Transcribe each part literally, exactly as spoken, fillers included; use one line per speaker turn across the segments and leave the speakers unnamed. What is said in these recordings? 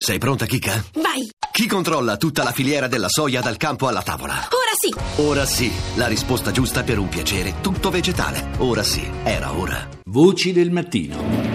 Sei pronta, Kika?
Vai!
Chi controlla tutta la filiera della soia dal campo alla tavola?
Ora sì!
Ora sì, la risposta giusta per un piacere tutto vegetale. Ora sì, era ora.
Voci del mattino.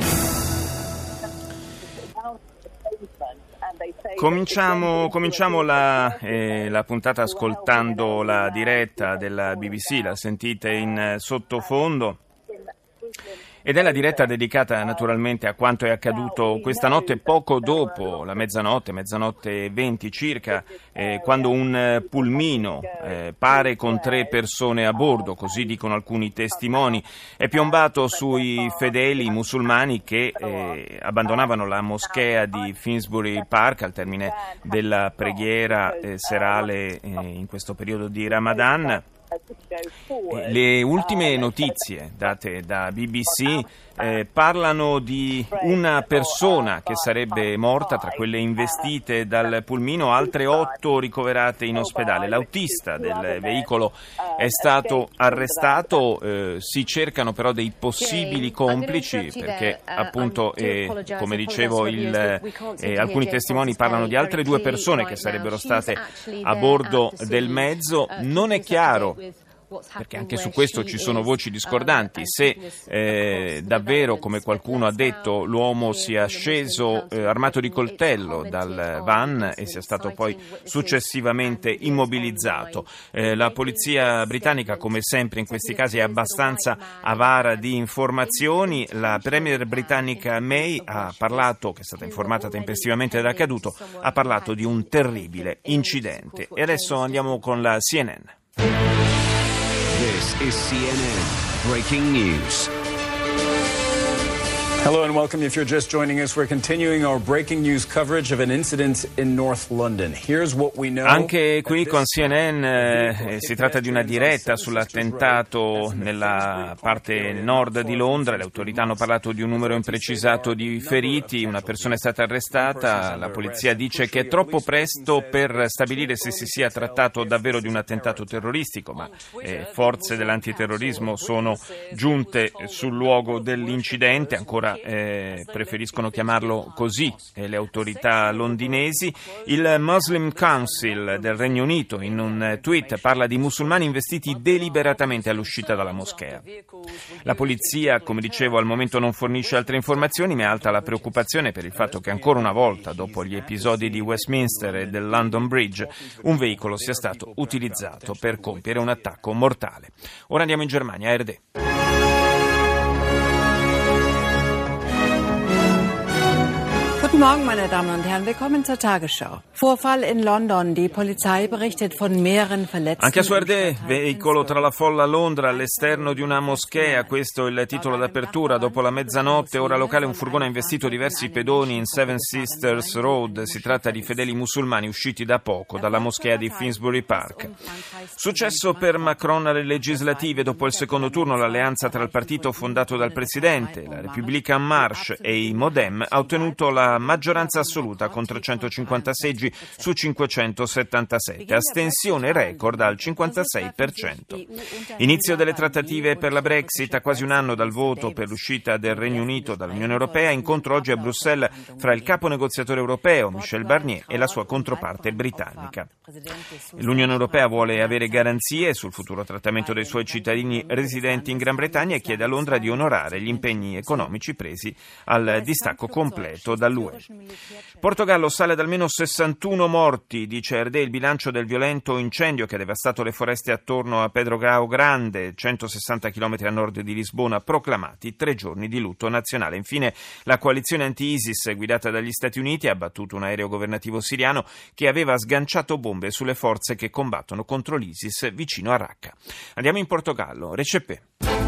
Cominciamo, cominciamo la, eh, la puntata ascoltando la diretta della B B C, la sentite in sottofondo. Ed è la diretta dedicata naturalmente a quanto è accaduto questa notte, poco dopo la mezzanotte, mezzanotte e venti circa, eh, quando un pulmino, eh, pare con tre persone a bordo, così dicono alcuni testimoni, è piombato sui fedeli musulmani che eh, abbandonavano la moschea di Finsbury Park al termine della preghiera eh, serale eh, in questo periodo di Ramadan. Le ultime notizie date da B B C eh, parlano di una persona che sarebbe morta tra quelle investite dal pulmino, altre otto ricoverate in ospedale. L'autista del veicolo è stato arrestato, eh, si cercano però dei possibili complici perché appunto, eh, come dicevo, il, eh, alcuni testimoni parlano di altre due persone che sarebbero state a bordo del mezzo. Non è chiaro, perché anche su questo ci sono voci discordanti, se eh, davvero, come qualcuno ha detto, l'uomo sia sceso eh, armato di coltello dal van e sia stato poi successivamente immobilizzato. Eh, la polizia britannica, come sempre in questi casi, è abbastanza avara di informazioni. La premier britannica May ha parlato, che è stata informata tempestivamente dell'accaduto, ha parlato di un terribile incidente. E adesso andiamo con la C N N.
This is C N N Breaking News.
Hello and welcome. If you're just joining us, we're continuing our breaking news coverage of an incident in North London. Here's what we know.
Anche qui con C N N eh, si tratta di una diretta sull'attentato nella parte nord di Londra. Le autorità hanno parlato di un numero imprecisato di feriti, una persona è stata arrestata. La polizia dice che è troppo presto per stabilire se si sia trattato davvero di un attentato terroristico, ma eh, forze dell'antiterrorismo sono giunte sul luogo dell'incidente. Ancora Eh, preferiscono chiamarlo così eh, le autorità londinesi. Il Muslim Council del Regno Unito in un tweet parla di musulmani investiti deliberatamente all'uscita dalla moschea. La polizia, come dicevo, al momento non fornisce altre informazioni, ma è alta la preoccupazione per il fatto che ancora una volta, dopo gli episodi di Westminster e del London Bridge, un veicolo sia stato utilizzato per compiere un attacco mortale. Ora andiamo in Germania, A R D.
Guten Morgen, meine Damen und Herren. Willkommen zur Tagesschau. Vorfall in London. Die Polizei berichtet von mehreren Verletzten.
Anche su A R D, veicolo tra la folla a Londra all'esterno di una moschea. Questo è il titolo d'apertura. Dopo la mezzanotte, ora locale, un furgone ha investito diversi pedoni in Seven Sisters Road. Si tratta di fedeli musulmani usciti da poco dalla moschea di Finsbury Park. Successo per Macron alle legislative. Dopo il secondo turno, l'alleanza tra il partito fondato dal presidente, la République en Marche e i Modem ha ottenuto la maggioranza assoluta con trecentocinquanta seggi su cinquecentosettantasette, astensione record al cinquantasei per cento. Inizio delle trattative per la Brexit, a quasi un anno dal voto per l'uscita del Regno Unito dall'Unione Europea, incontro oggi a Bruxelles fra il capo negoziatore europeo Michel Barnier e la sua controparte britannica. L'Unione Europea vuole avere garanzie sul futuro trattamento dei suoi cittadini residenti in Gran Bretagna e chiede a Londra di onorare gli impegni economici presi al distacco completo dall'U E. Portogallo sale ad almeno sessantuno morti, dice A R D il bilancio del violento incendio che ha devastato le foreste attorno a Pedrógão Grande, centosessanta chilometri a nord di Lisbona, proclamati tre giorni di lutto nazionale. Infine, la coalizione anti-ISIS guidata dagli Stati Uniti ha abbattuto un aereo governativo siriano che aveva sganciato bombe sulle forze che combattono contro l'ISIS vicino a Raqqa. Andiamo in Portogallo. Recepé.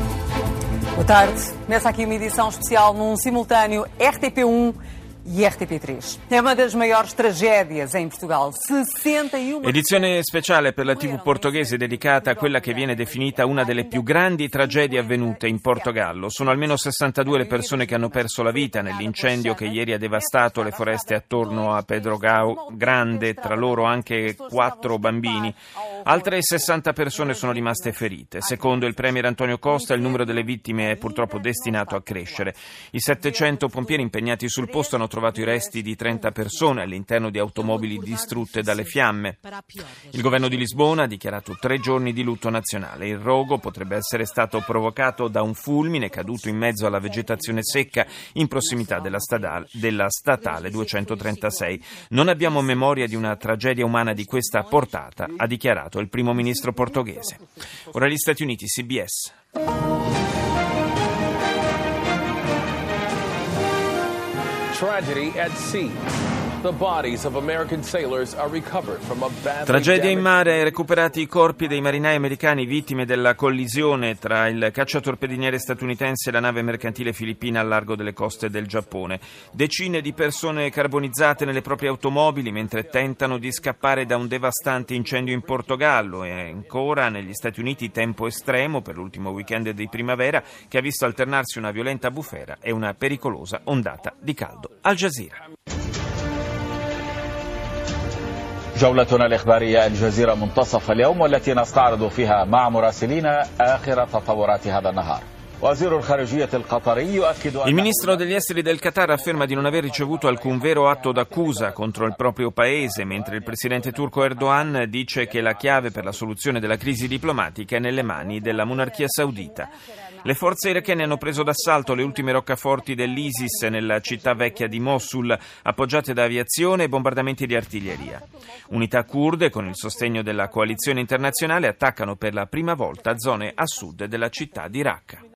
Boa tarde. Começa aqui uma edição especial num simultâneo R T P um e R T P três. È una delle maggiori tragedie in Portogallo. sessantuno
Edizione speciale per la tivù portoghese dedicata a quella che viene definita una delle più grandi tragedie avvenute in Portogallo. Sono almeno sessantadue le persone che hanno perso la vita nell'incendio che ieri ha devastato le foreste attorno a Pedrógão Grande, tra loro anche quattro bambini. Altre sessanta persone sono rimaste ferite. Secondo il premier Antonio Costa, il numero delle vittime è purtroppo destinato a crescere. I settecento pompieri impegnati sul posto hanno trovato trovato i resti di trenta persone all'interno di automobili distrutte dalle fiamme. Il governo di Lisbona ha dichiarato tre giorni di lutto nazionale. Il rogo potrebbe essere stato provocato da un fulmine caduto in mezzo alla vegetazione secca in prossimità della statale, della statale duecentotrentasei. Non abbiamo memoria di una tragedia umana di questa portata, ha dichiarato il primo ministro portoghese. Ora gli Stati Uniti, C B S.
Tragedy at sea. The bodies of American sailors are recovered from a badly
Tragedia in
damaged-
mare, recuperati i corpi dei marinai americani vittime della collisione tra il cacciatorpediniere statunitense e la nave mercantile filippina al largo delle coste del Giappone. Decine di persone carbonizzate nelle proprie automobili mentre tentano di scappare da un devastante incendio in Portogallo, e ancora negli Stati Uniti tempo estremo per l'ultimo weekend di primavera che ha visto alternarsi una violenta bufera e una pericolosa ondata di caldo. Al Jazeera.
جولتنا الإخبارية الجزيرة منتصف اليوم والتي نستعرض فيها مع مراسلينا آخر تطورات هذا النهار. وزير الخارجية القطري يؤكد أن
Il ministro degli esteri del Qatar afferma di non aver ricevuto alcun vero atto d'accusa contro il proprio paese, mentre il presidente turco Erdogan dice che la chiave per la soluzione della crisi diplomatica è nelle mani della monarchia saudita. Le forze irachene hanno preso d'assalto le ultime roccaforti dell'ISIS nella città vecchia di Mosul, appoggiate da aviazione e bombardamenti di artiglieria. Unità curde, con il sostegno della coalizione internazionale, attaccano per la prima volta zone a sud della città di Raqqa.